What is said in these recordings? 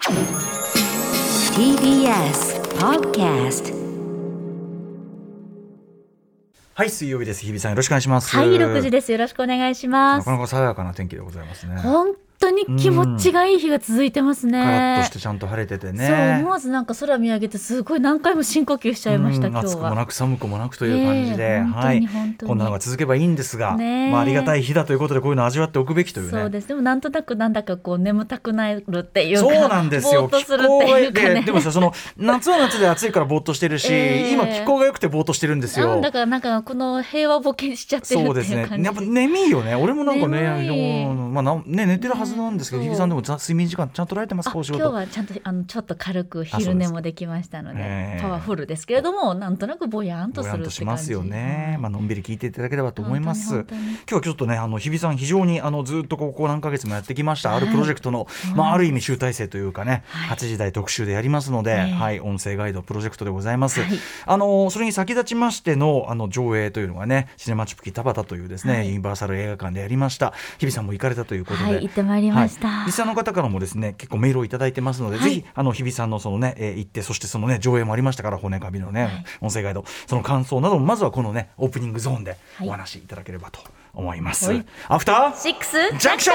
TBS Podcast。 はい、水曜日です。日比さんよろしくお願いします。 はい、6時です。よろしくお願いします。 なかなか爽やかな天気でございますね。 本当に気持ちがいい日が続いてますね。 カラッとしてちゃんと晴れててね。 そう、思わずなんか空見上げてすごい何回も深呼吸しちゃいました。今日は暑くもなく寒くもなくという感じで、はい、こんなのが続けばいいんですが、ありがたい日だということでこういうのを味わっておくべきというね。 そうです。でもなんとなくなんだかこう眠たくなるっていうか、 そうなんですよ。 ぼーっとするっていうかね。 でもさ、その夏は夏で暑いからぼーっとしてるし、今気候が良くてぼーっとしてるんですよ。 だからなんかこの平和ボケしちゃってるっていう感じ。 そうですね。やっぱ眠いよね。俺もなんかね、寝てるはずなんですけど、日比さんでも睡眠時間ちゃんと取られてますか？お仕事。 今日はちゃんとちょっと軽く昼寝もできましたので、パワフルですけれども、なんとなくぼやんとするって感じ。 しますよね。のんびり聞いていただければと思います。今日はちょっとね、日比さん非常にずっとここ何ヶ月もやってきました、あるプロジェクトの、ある意味集大成というかね、8時台特集でやりますので、音声ガイドプロジェクトでございます。それに先立ちましての上映というのがね、シネマチュプキ田端というですね、ユニバーサル映画館でやりました。日比さんも行かれたということで、 行ってまいりました。 リスナーの方からもですね、結構メールをいただいてますので、ぜひ日比さんのそのね、行って、そしてそのね上映もありましたから、骨紙のね、音声ガイド、その感想などもまずはこのねオープニングゾーンでお話しいただければと思います。アフターシックスジャンクション。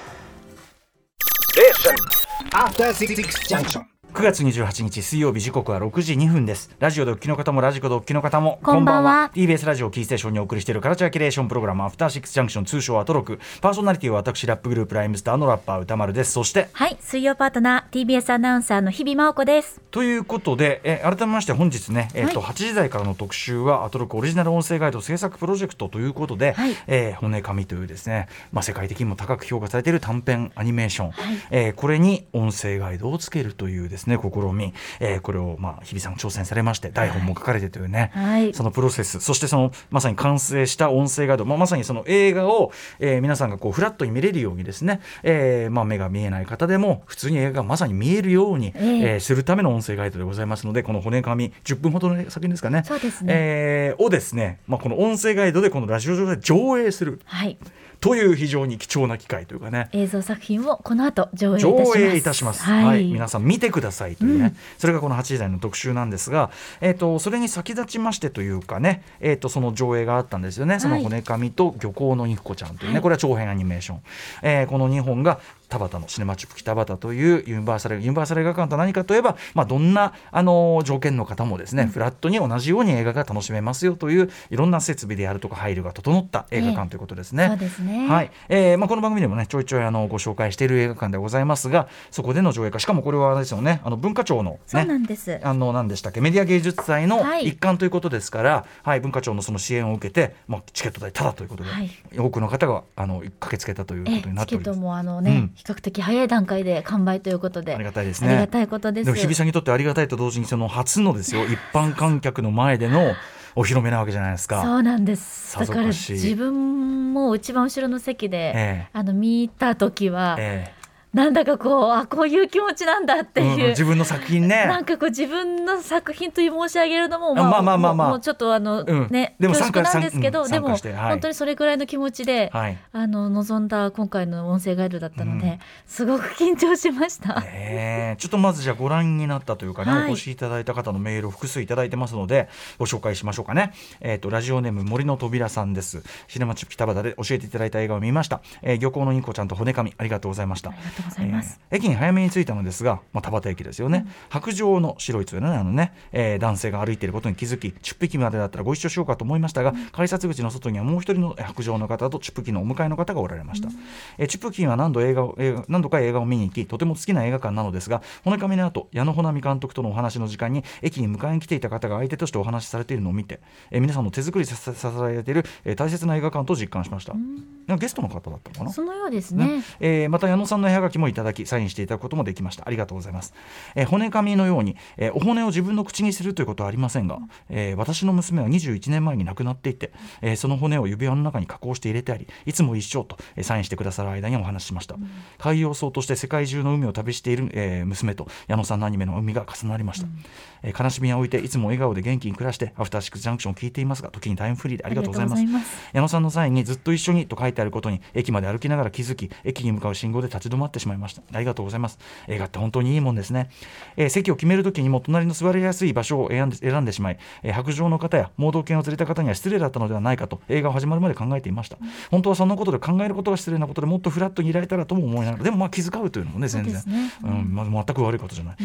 アフターシックスジャンクション。 9月28日水曜日、時刻は6時2分です。ラジオでお聞きの方もラジコでお聞きの方もこんばんは。 TBS ラジオキーステーションにお送りしているカルチャーキュレーションプログラム、アフターシックスジャンクション、通称アトロク。パーソナリティは私、ラップグループライムスターのラッパー歌丸です。そして水曜パートナー TBS アナウンサーの日比真央子です。 ということで、改めまして本日ね、8時台からの特集はアトロクオリジナル音声ガイド制作プロジェクトということで、骨紙というですね、世界的にも高く評価されている短編アニメーション、これに音声ガイドをつけるというですね試み、これを日比さん挑戦されまして、台本も書かれてというね、そのプロセス、そしてそのまさに完成した音声ガイド、まさにその映画を、皆さんがこうフラットに見れるようにですね、目が見えない方でも普通に映画がまさに見えるように、するための音声ガイドでございますので、この骨紙10分ほどの作品ですかね、 そうですね、 をですね、この音声ガイドでこのラジオ上で上映する、という非常に貴重な機会というかね、 映像作品をこの後上映いたします。 皆さん見てくださいというね、それがこの8時台の特集なんですが、それに先立ちましてというかね、その上映があったんですよね。その骨紙と漁港の肉子ちゃんというね、これは長編アニメーション、この2本が田端のシネマチュプキ田端というユニバーサル映画館と何かといえば、どんな条件の方もですね、フラットに同じように映画が楽しめますよといういろんな設備であるとか配慮が整った映画館ということですね。 そうですね。 この番組でもねちょいちょいご紹介している映画館でございますが、そこでの上映か、しかもこれはですよね、文化庁の、ね、 そうなんです。 何でしたっけ、メディア芸術祭の一環ということですから、文化庁のその支援を受けて、チケット代タダということで、多くの方が駆けつけたということになっております。 チケットも比較的早い段階で完売ということで、 ありがたいですね。 ありがたいことです。 でも日比さんにとってありがたいと同時に、その初のですよ一般観客の前でのお披露目なわけじゃないですか。 そうなんです。だから自分も一番後ろの席で、見た時は、なんだかこういう気持ちなんだっていう、 自分の作品ね、 なんかこう自分の作品と申し上げるのももうちょっとね、恐縮なんですけど、でも本当にそれくらいの気持ちで、臨んだ今回の音声ガイドだったので、すごく緊張しました。 ちょっとまずじゃあご覧になったというかね、お越しいただいた方のメールを複数いただいてますのでご紹介しましょうかね。ラジオネーム森の扉さんです。シネマチュプキ田端で教えていただいた映画を見ました。漁港のニコちゃんと骨紙、ありがとうございました。駅に早めに着いたのですが、田端駅ですよね、白状の白いつね、男性が歩いていることに気づき、チュップ駅までだったらご一緒しようかと思いましたが、改札口の外にはもう一人の白状の方とチュップ駅のお迎えの方がおられました。チュップ駅は何度か映画を見に行き、とても好きな映画館なのですが、骨紙の後、矢野穂波監督とのお話の時間に駅に迎えに来ていた方が相手としてお話しされているのを見て、皆さんの手作りさせられている、大切な映画館と実感しました。ゲストの方だったのかな。 そのようですね。 また矢野さんの絵はがきもいただき、サインしていただくこともできました。ありがとうございます。骨紙のように、お骨を自分の口にするということはありませんが、私の娘は21年前に亡くなっていて、その骨を指輪の中に加工して入れてあり、いつも一緒と、サインしてくださる間にお話ししました。海洋層として世界中の海を旅している、娘と矢野さんのアニメの海が重なりました。悲しみは置いていつも笑顔で元気に暮らしてアフターシックスジャンクションを聞いていますが、時にタイムフリーでありがとうございます。矢野さんのサインにずっと一緒にと書いてあることに駅まで歩きながら気づき、駅に向かう信号で立ち止まってしまいました。ありがとうございます。映画って本当にいいもんですね。席を決めるときにも隣の座りやすい場所を選んでしまい、白杖の方や盲導犬を連れた方には失礼だったのではないかと映画が始まるまで考えていました。本当はそんなことで考えることが失礼なことで、もっとフラットにいられたらとも思いながら、でも気遣うというのもね、全然、全く悪いことじゃない。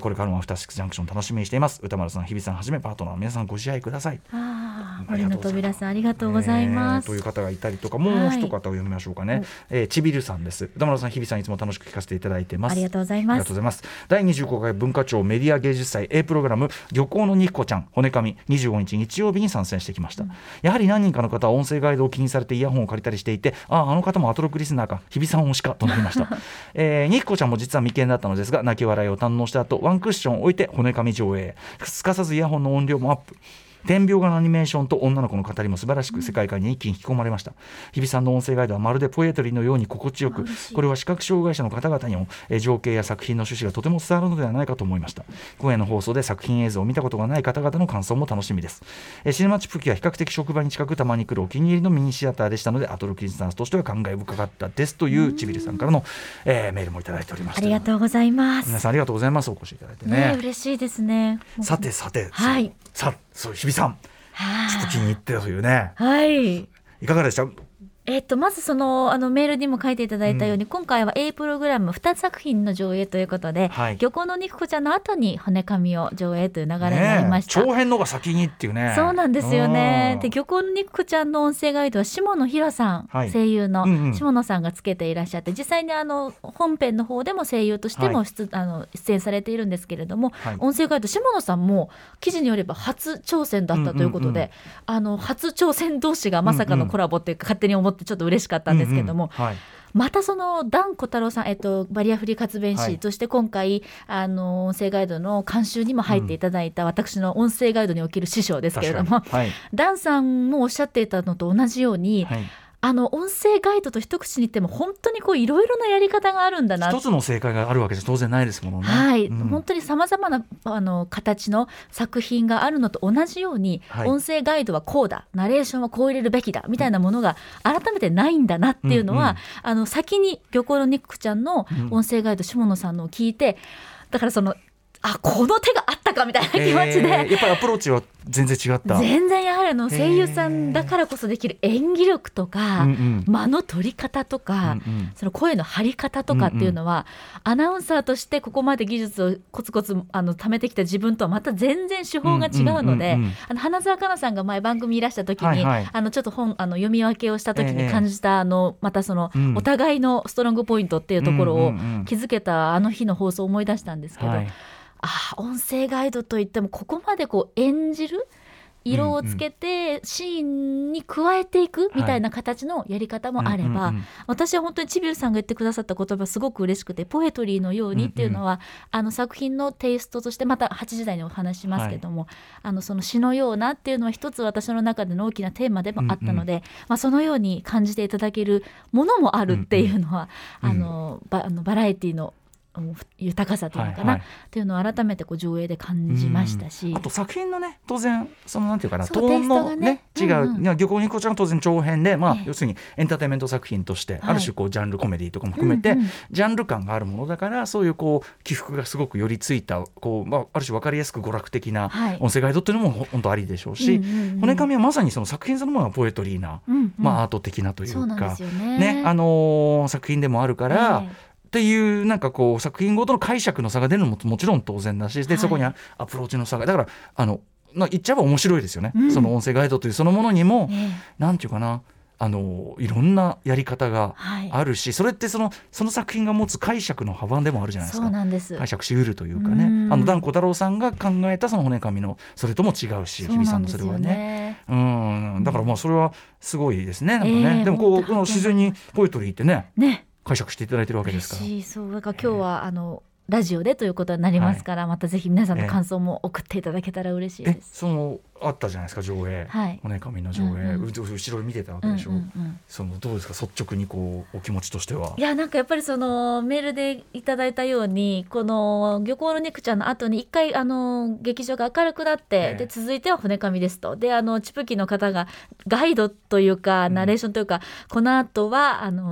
これからもアフターシックスジャンクション楽しみにしています。歌丸さん、日比さんはじめパートナーの皆さんご自愛ください。 森の扉さんありがとうございます、 という方がいたりとか、もう一方を読みましょうかね。ちびるさんです。歌丸さん、日比さん、いつも楽しく聞かせていただいてます。 ありがとうございます。 第25回文化庁メディア芸術祭 A プログラム、漁港の肉子ちゃん骨紙、25日日曜日に参戦してきました。やはり何人かの方は音声ガイドを気にされてイヤホンを借りたりしていて、あの方もアトロックリスナーか、日比さん推しかとなりました。肉子ちゃんも実は未見だったのですが、泣き笑いを堪能した後、ワンクッションを置いて骨紙上映、すかさずイヤホンの音量もアップ。点描画のアニメーションと女の子の語りも素晴らしく、世界観に一気に引き込まれました。日比さんの音声ガイドはまるでポエトリーのように心地よく、これは視覚障害者の方々にも情景や作品の趣旨がとても伝わるのではないかと思いました。今夜の放送で作品映像を見たことがない方々の感想も楽しみです。シネマチップ機は比較的職場に近く、たまに来るお気に入りのミニシアターでしたので、アトロックリスナーとしては感慨深かったですというちびるさんからの、メールもいただいておりました。 ありがとうございます。 皆さんありがとうございます。お越しいただいてね、 嬉しいですね。 さて、はい、そう日比さん、ちょっと気に入ってというね、 はい、 いかがでした？ まずメールにも書いていただいたように、今回は A プログラム2作品の上映ということで、漁港の肉子ちゃんの後に骨紙を上映という流れになりました。 長編のが先にっていうね。 そうなんですよね。で、漁港の肉子ちゃんの音声ガイドは下野紘さん、声優の下野さんがつけていらっしゃって、実際に本編の方でも声優としても出演されているんですけれども、音声ガイド下野さんも記事によれば初挑戦だったということで、初挑戦同士がまさかのコラボっていうか、勝手に思ってちょっと嬉しかったんですけども、またダン小太郎さん、バリアフリー活弁士として今回音声ガイドの監修にも入っていただいた、私の音声ガイドにおける師匠ですけれども、ダンさんもおっしゃっていたのと同じように、音声ガイドと一口に言っても本当にいろいろなやり方があるんだな。 一つの正解があるわけじゃ当然ないですものね。 本当にさまざまな形の作品があるのと同じように、音声ガイドはこうだ、ナレーションはこう入れるべきだみたいなものが改めてないんだなっていうのは、先に漁港の肉子ちゃんの音声ガイド下野さんのを聞いて、だからこの手があったかみたいな気持ちで、 やっぱりアプローチは全然違った。 全然やはり声優さんだからこそできる演技力とか、間の取り方とか、その声の張り方とかっていうのは、アナウンサーとしてここまで技術をコツコツ貯めてきた自分とはまた全然手法が違うので、花澤香菜さんが前番組いらした時に、ちょっと本読み分けをした時に感じたまたお互いのストロングポイントっていうところを気づけたあの日の放送を思い出したんですけど、音声ガイドといってもここまで演じる色をつけてシーンに加えていくみたいな形のやり方もあれば、私は本当にちびるさんが言ってくださった言葉すごく嬉しくて、ポエトリーのようにっていうのは、作品のテイストとしてまた8時台にお話しますけども、その詩のようなっていうのは一つ私の中での大きなテーマでもあったので、そのように感じていただけるものもあるっていうのは、バラエティの豊かさというのかな、というのを改めて上映で感じましたし、 あと作品のね、当然なんていうかな、トーンのね違う、漁港にこちらが当然長編で、要するにエンターテインメント作品として、ある種ジャンルコメディとかも含めて、ジャンル感があるものだから、そういう起伏がすごく寄りついたある種分かりやすく娯楽的な音声ガイドっていうのも本当ありでしょうし、骨紙はまさにその作品そのものがポエトリーな、アート的なというか作品でもあるから、っていう作品ごとの解釈の差が出るのももちろん当然だし、でそこにアプローチの差が、だから言っちゃえば面白いですよね、その音声ガイドというそのものにも、なんていうかな、いろんなやり方があるし、それってその作品が持つ解釈の幅でもあるじゃないですか。 そうなんです。 解釈しうるというかね、ダン小太郎さんが考えたその骨紙のそれとも違うし、日比さんのそれはね、だからそれはすごいですね。でも自然にポエトリーってね解釈していただいてるわけですから。 そうだから今日はラジオでということになりますから、またぜひ皆さんの感想も送っていただけたら嬉しいです。 あったじゃないですか、上映、骨紙の上映、後ろ見てたわけでしょ。どうですか、率直にお気持ちとしては。 いや、やっぱりメールでいただいたように、この漁港の肉ちゃんの後に一回劇場が明るくなって、で続いては骨紙ですと、でチプキの方がガイドというかナレーションというか、この後は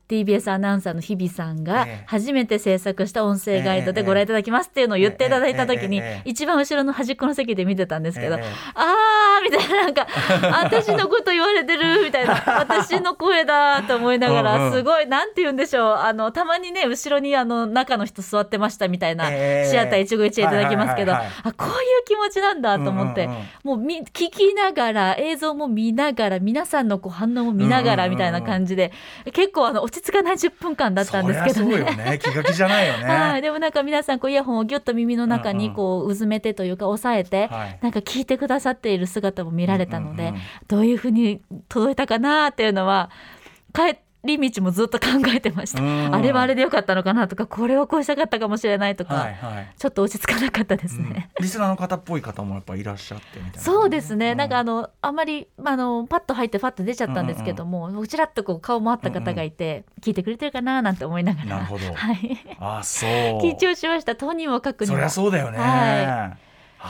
TBS アナウンサーの日比さんが初めて制作した音声ガイドでご覧いただきますっていうのを言っていただいた時に一番後ろの端っこの席で見てたんですけど、あーみたいな、なんか私のこと言われてるみたいな、私の声だと思いながら、すごいなんて言うんでしょう、たまにね後ろに中の人座ってましたみたいな、シアター一期一会いただきますけど、こういう気持ちなんだと思って、もう聞きながら映像も見ながら皆さんの反応も見ながらみたいな感じで、結構落ち着かない10分間だったんですけどね。 そりゃそうよね、気が気じゃないよねはい、でもなんか皆さんイヤホンをギュッと耳の中にうずめてというか押さえて、なんか聞いてくださっている姿も見られたので、どういうふうに届いたかなっていうのは帰り道もずっと考えてました。あれはあれでよかったのかなとか、これをこうしたかったかもしれないとか、ちょっと落ち着かなかったですね。 リスナーの方っぽい方もやっぱいらっしゃってみたいな。 そうですね、なんかあんまりパッと入ってパッと出ちゃったんですけども、ちらっと顔もあった方がいて、聞いてくれてるかななんて思いながら。 なるほど、 はい、 そう緊張しました。とにもかくにも。 そりゃそうだよね、 はい、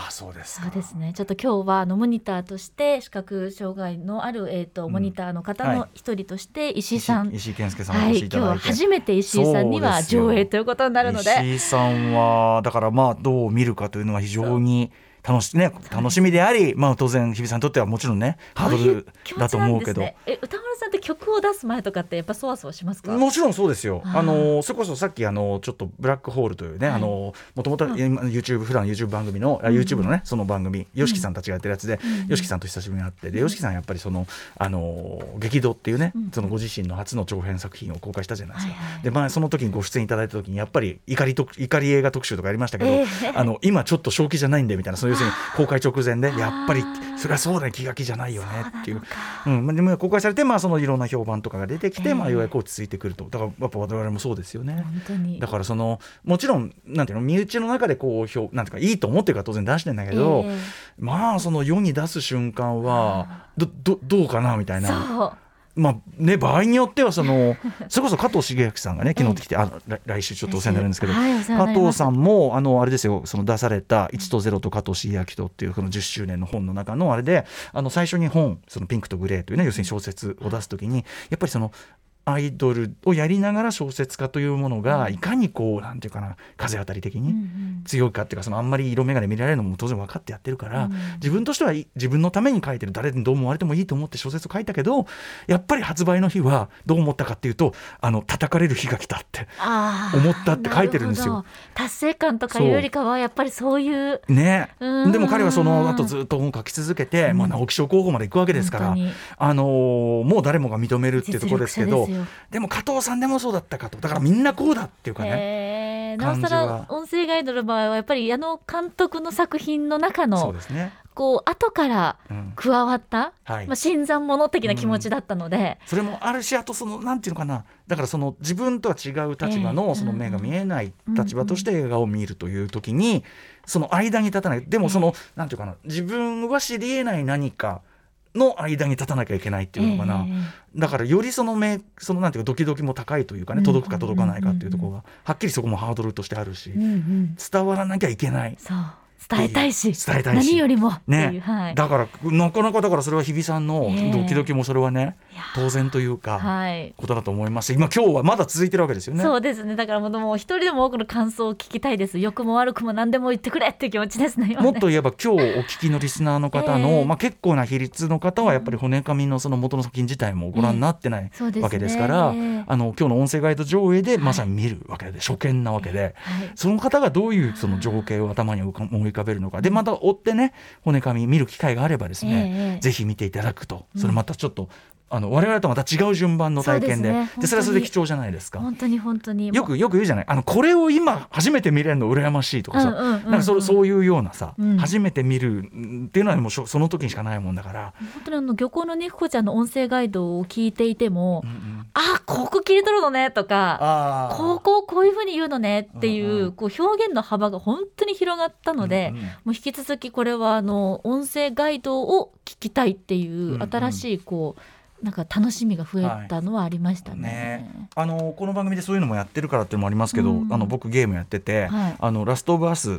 そうですか。 そうですね、ちょっと今日はモニターとして視覚障害のある、モニターの方の一人として石井さん、 石井健介さんをお越しいただいて、 今日は初めて石井さんには上映ということになるので、 石井さんはだからどう見るかというのは非常に楽しみであり、当然日比さんにとってはもちろんねハードルだと思うけど、 歌丸さんって曲を出す前とかってやっぱそわそわしますか？ もちろんそうですよ。それこそさっきちょっとブラックホールというね、もともと普段 YouTube 番組の、YouTube のねその番組、YOSHIKIさんたちがやってるやつで、YOSHIKIさんと久しぶりに会って、で YOSHIKIさんやっぱり激怒っていうね、そのご自身の初の長編作品を公開したじゃないですか。でその時にご出演いただいた時にやっぱり怒り映画特集とかやりましたけど、今ちょっと正気じゃないんでみたいな、そういう要するに公開直前でやっぱりそれはそうだね、気が気じゃないよねっていう、でも公開されてそのいろんな評判とかが出てきて、ようやく落ち着いてくると。だからやっぱ我々もそうですよね。 本当に。だからもちろんなんていうの、身内の中でなんていうかいいと思ってるから当然出してんだけど、その世に出す瞬間はどうかなみたいな。 そう場合によってはそれこそ加藤茂明さんがね昨日来て、来週ちょっとお世話になるんですけど、加藤さんもあれですよ、その出された1と0と加藤茂明とっていうこの10周年の本の中のあれで、最初にそのピンクとグレーというね、要するに小説を出すときにやっぱりアイドルをやりながら小説家というものがいかになんていうかな、風当たり的に強いかっていうか、あんまり色眼鏡見られるのも当然分かってやってるから、自分としては自分のために書いてる、誰にどう思われてもいいと思って小説を書いたけど、やっぱり発売の日はどう思ったかっていうと叩かれる日が来たって思ったって書いてるんですよ。 達成感とかいうよりかはやっぱりそういうね。でも彼はその後ずっと本書き続けて、直木賞候補まで行くわけですから、もう誰もが認めるっていうところですけど、でも加藤さんでもそうだったかと。だからみんなこうだっていうかね、 なおさら音声ガイドの場合はやっぱり監督の作品の中の、 そうですね、 後から加わった、新参者的な気持ちだったので、 それもあるし、あとなんていうのかな、だから自分とは違う立場のその目が見えない立場として映画を見るという時に、その間に立たない、でもなんていうかな、自分は知り得ない何かの間に立たなきゃいけないっていうのかな、だからよりなんていうかドキドキも高いというかね、届くか届かないかっていうところがはっきりそこもハードルとしてあるし、伝わらなきゃいけない、 伝えたいし何よりもね、だからなかなか、だからそれは日比さんのドキドキもそれはね、当然というか、ことだと思いますし、今日はまだ続いてるわけですよね。 そうですね、だからもう一人でも多くの感想を聞きたいです。良くも悪くも何でも言ってくれっていう気持ちですね。 もっと言えば今日お聞きのリスナーの方の、結構な比率の方はやっぱり骨紙のその元の作品自体もご覧になってないわけですから、今日の音声ガイド上映でまさに見るわけで、初見なわけで、その方がどういうその情景を頭に思い浮かべるのかで、また追ってね骨紙見る機会があればですね、ぜひ見ていただくと、それまたちょっと我々とまた違う順番の体験 でそれはそれで貴重じゃないですか。 本当に本当によく言うじゃない、これを今初めて見れるの羨ましいとかさ、なんかそういうようなさ、初めて見るっていうのはもうその時にしかないもんだから、 本当に漁港の肉子ちゃんの音声ガイドを聞いていても、ここ切り取るのねとか、こういうふうに言うのねっていう、表現の幅が本当に広がったので、もう引き続きこれは音声ガイドを聞きたいっていう新しいなんか楽しみが増えたのはありましたね。 この番組でそういうのもやってるからっていうのもありますけど、僕ゲームやってて、ラストオブアス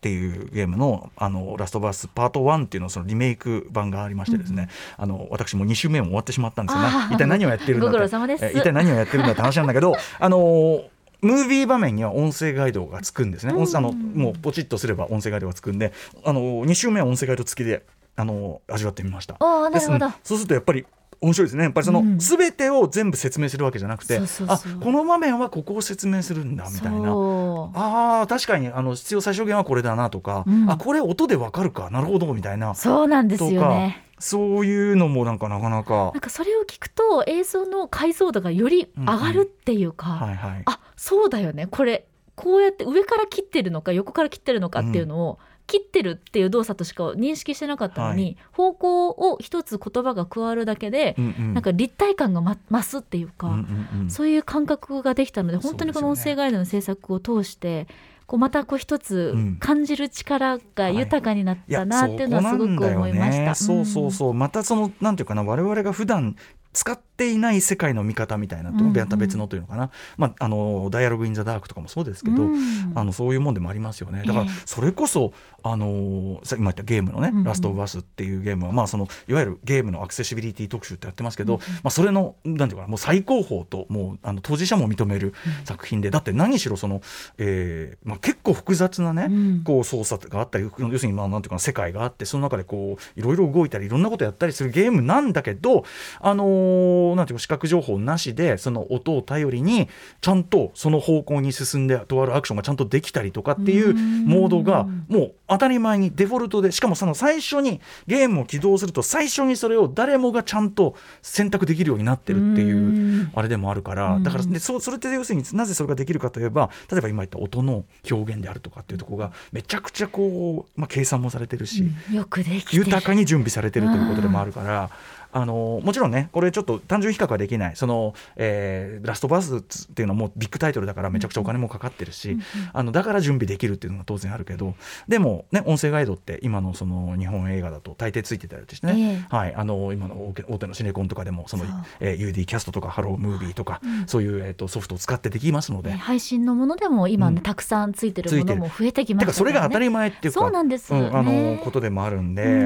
っていうゲームのラストバースパート1っていうのそのリメイク版がありましてですね、私も2週目も終わってしまったんですよね。一体何をやってるんだって、 ご苦労様です。 一体何をやってるんだって話なんだけどムービー場面には音声ガイドがつくんですね。もうポチッとすれば音声ガイドがつくんで2週目は音声ガイド付きで味わってみました。 なるほど。 そうするとやっぱり面白いですね。やっぱり全てを全部説明するわけじゃなくて、この場面はここを説明するんだみたいな、確かに必要最小限はこれだなとか、これ音でわかるかなるほどみたいな、 そうなんですよね。 そういうのもなかなかそれを聞くと映像の解像度がより上がるっていうか、そうだよね、これこうやって上から切ってるのか横から切ってるのかっていうのを、切ってるっていう動作としか認識してなかったのに、方向を一つ言葉が加わるだけで、なんか立体感が増すっていうか、そういう感覚ができたので、本当にこの音声ガイドの制作を通してまた一つ感じる力が豊かになったなっていうのはすごく思いました。 そうまたなんていうかな、我々が普段使っていない世界の見方みたいなと別のというのかな、ダイアログインザダークとかもそうですけど、そういうもんでもありますよね。だからそれこそ今言ったゲームのね、ラストオブアスっていうゲームは、いわゆるゲームのアクセシビリティ特集ってやってますけど、それのなんていうかな、もう最高峰ともう当事者も認める作品で、だって何しろ結構複雑なね、操作があったり、要するになんていうかな、世界があって、その中でいろいろ動いたりいろんなことやったりするゲームなんだけど、なんていうか視覚情報なしでその音を頼りにちゃんとその方向に進んでとあるアクションがちゃんとできたりとかっていうモードがもう当たり前にデフォルトで、しかも最初にゲームを起動すると最初にそれを誰もがちゃんと選択できるようになってるっていうあれでもあるから、だからそれって要するになぜそれができるかといえば、例えば今言った音の表現であるとかっていうところがめちゃくちゃ計算もされてるし、 よくできてる、 豊かに準備されてるということでもあるから、もちろんね、これちょっと単純比較はできない。ラストバースっていうのはもうビッグタイトルだからめちゃくちゃお金もかかってるし、だから準備できるっていうのが当然あるけど、でもね、音声ガイドって今の日本映画だと大抵ついてたりしてね、今の大手のシネコンとかでもUD キャストとかハロームービーとか、そういう、ソフトを使ってできますので、配信のものでも今ね、たくさんついてるものも増えてきましたからね。 それが当たり前っていうか、 そうなんですよね、 ことでもあるんで、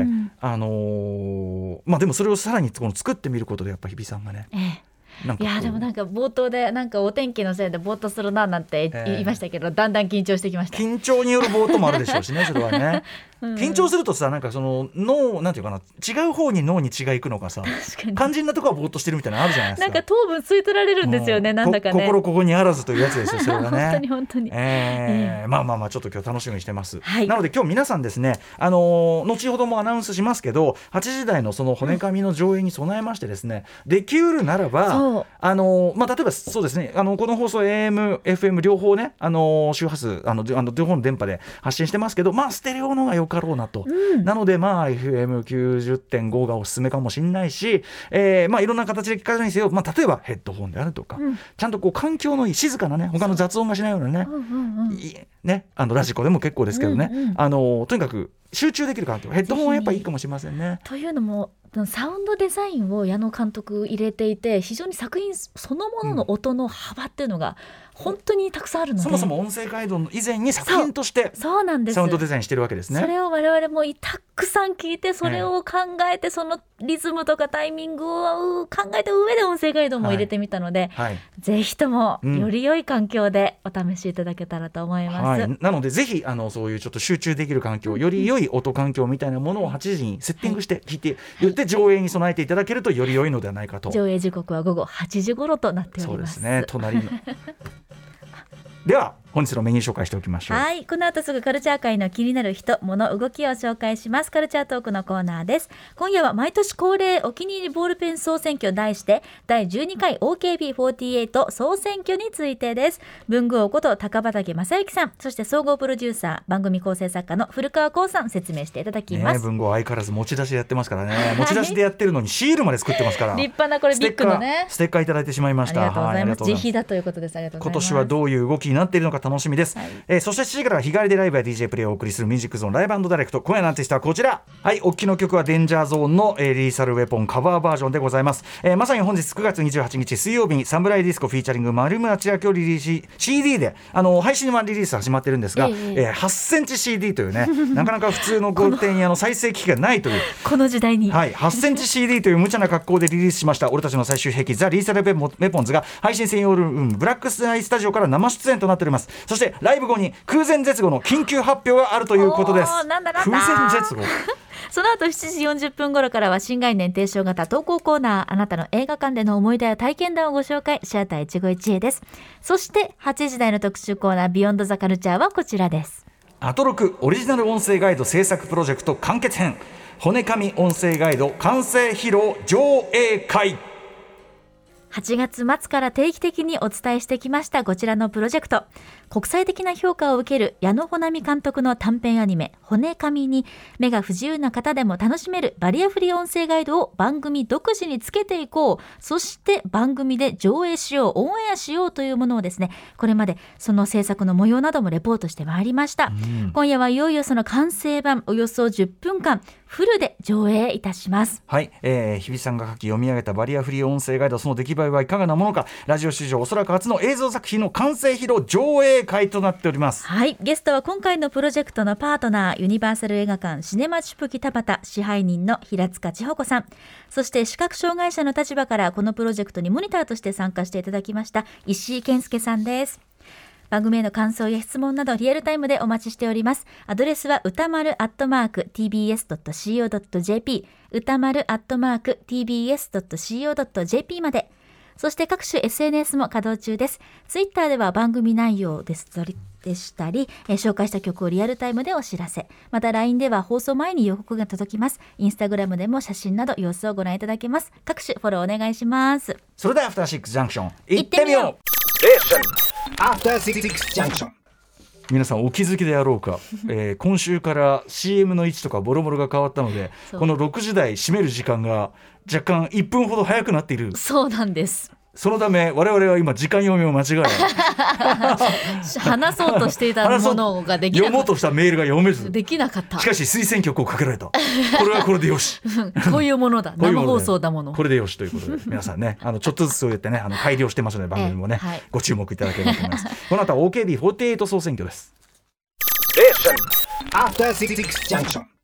でもそれをさらに作ってみることでやっぱ日比さんがね、 いやでも冒頭でお天気のせいでぼーっとするななんて言いましたけど、だんだん緊張してきました。 緊張によるぼーっともあるでしょうしねそれはね緊張するとさ、脳なんていうかな、違う方に脳に血がいくのかさ、肝心なところはぼーっとしてるみたいなのあるじゃないですか。 糖分吸い取られるんですよね、なんだかね、 心ここにあらずというやつですよそれがね本当に、ちょっと今日楽しみにしてます、なので今日皆さんですね、後ほどもアナウンスしますけど、8時台の骨紙の上映に備えましてですね、できうるならば例えばそうですね、この放送 AM、FM 両方ね、周波数両方の電波で発信してますけど、ステレオのがよかろうなと、なのでFM90.5 がおすすめかもしれないし、いろんな形で聞かないにせよ、例えばヘッドホンであるとか、ちゃんと環境のいい静かなね、他の雑音がしないようなね、ラジコでも結構ですけどね、とにかく集中できる環境、ヘッドホンはやっぱいいかもしれませんね。 というのもサウンドデザインを矢野監督入れていて、非常に作品そのものの音の幅っていうのが本当にたくさんあるので、 そもそも音声ガイドの以前に作品としてサウンドデザインしてるわけですね。 それを我々もたくさん聞いて、それを考えて、そのリズムとかタイミングを考えた上で音声ガイドも入れてみたので、ぜひともより良い環境でお試しいただけたらと思います、 なのでぜひそういうちょっと集中できる環境、より良い音環境みたいなものを8時にセッティングして聞いて、上映に備えていただけるとより良いのではないかと。 上映時刻は午後8時頃となっております。 そうですね、隣のでは本日のメニュー紹介しておきましょう。 はい、この後すぐカルチャー界の気になる人、物、動きを紹介します。カルチャートークのコーナーです。今夜は毎年恒例お気に入りボールペン総選挙題して第12回 OKB48 総選挙についてです。文具王こと高畠正幸さん、そして総合プロデューサー番組構成作家の古川光さん、説明していただきます。 文具王相変わらず持ち出しでやってますからね持ち出しでやってるのにシールまで作ってますから立派なこれビッグのねステッカーいただいてしまいました。 ありがとうございます。自費だということです。ありがとうございます。 今年はどういう動きになっているのか楽しみです、そして7時からは日帰りでライブや DJ プレイをお送りするミュージックゾーンライブ&ダイレクト。今夜のアーティストはこちら。はい、お聞きの曲はデンジャーゾーンの、リーサルウェポンカバーバージョンでございます。まさに本日9月28日水曜日にサムライディスコフィーチャリング丸村千秋をリリース CD で配信はリリース始まってるんですが、8センチ CD というねなかなか普通のゴールデン屋の再生機器がないというこの時代に、 はい、8センチ CD という無茶な格好でリリースしました俺たちの最終兵器ザ・リーサルウェポンズが配信専用ルームブラックスアイスタジオから生出演となっております。そしてライブ後に空前絶後の緊急発表があるということです。 なんだ空前絶後その後7時40分頃からは新概念提唱型投稿コーナー、あなたの映画館での思い出や体験談をご紹介、シアター一期一会です。そして8時台の特集コーナービヨンドザカルチャーはこちらです。 アトロクオリジナル音声ガイド制作プロジェクト完結編、骨紙音声ガイド完成披露上映会。 8月末から定期的にお伝えしてきましたこちらのプロジェクト、国際的な評価を受ける矢野穂波監督の短編アニメ骨紙に目が不自由な方でも楽しめるバリアフリー音声ガイドを番組独自につけていこう、そして番組で上映しよう、オンエアしようというものをですね、これまでその制作の模様などもレポートしてまいりました、今夜はいよいよその完成版およそ10分間フルで上映いたします。 はい、日比さんが書き読み上げたバリアフリー音声ガイド、その出来栄えはいかがなものか、ラジオ史上おそらく初の映像作品の完成披露上映会となっております。 はい、ゲストは今回のプロジェクトのパートナーユニバーサル映画館シネマチュプキ田端支配人の平塚千穂子さん、そして視覚障害者の立場からこのプロジェクトにモニターとして参加していただきました石井健介さんです。番組への感想や質問などリアルタイムでお待ちしております。アドレスは歌丸@tbs.co.jp 歌丸@tbs.co.jp まで。そして各種 SNS も稼働中です。ツイッターでは番組内容でしたり紹介した曲をリアルタイムでお知らせ、また LINE では放送前に予告が届きます。インスタグラムでも写真など様子をご覧いただけます。各種フォローお願いします。 それではアフターシックスジャンクション行ってみよう。 After 66 junction。 皆さんお気づきであろうか、今週から CM の位置とかボロボロが変わったので、この6時台閉める時間が若干1分ほど早くなっている。 そうなんです。 そのため我々は今時間読みを間違え話そうとしていたものができなかった、 読もうとしたメールが読めずできなかった。 しかし推薦曲をかけられた。これはこれでよしこういうものだ生放送だもの、 これでよしということで皆さんねちょっとずつそう言ってね改良してますので番組もね、はい、ご注目いただければと思いますこの後は OKB48 総選挙です。 After 66 junction。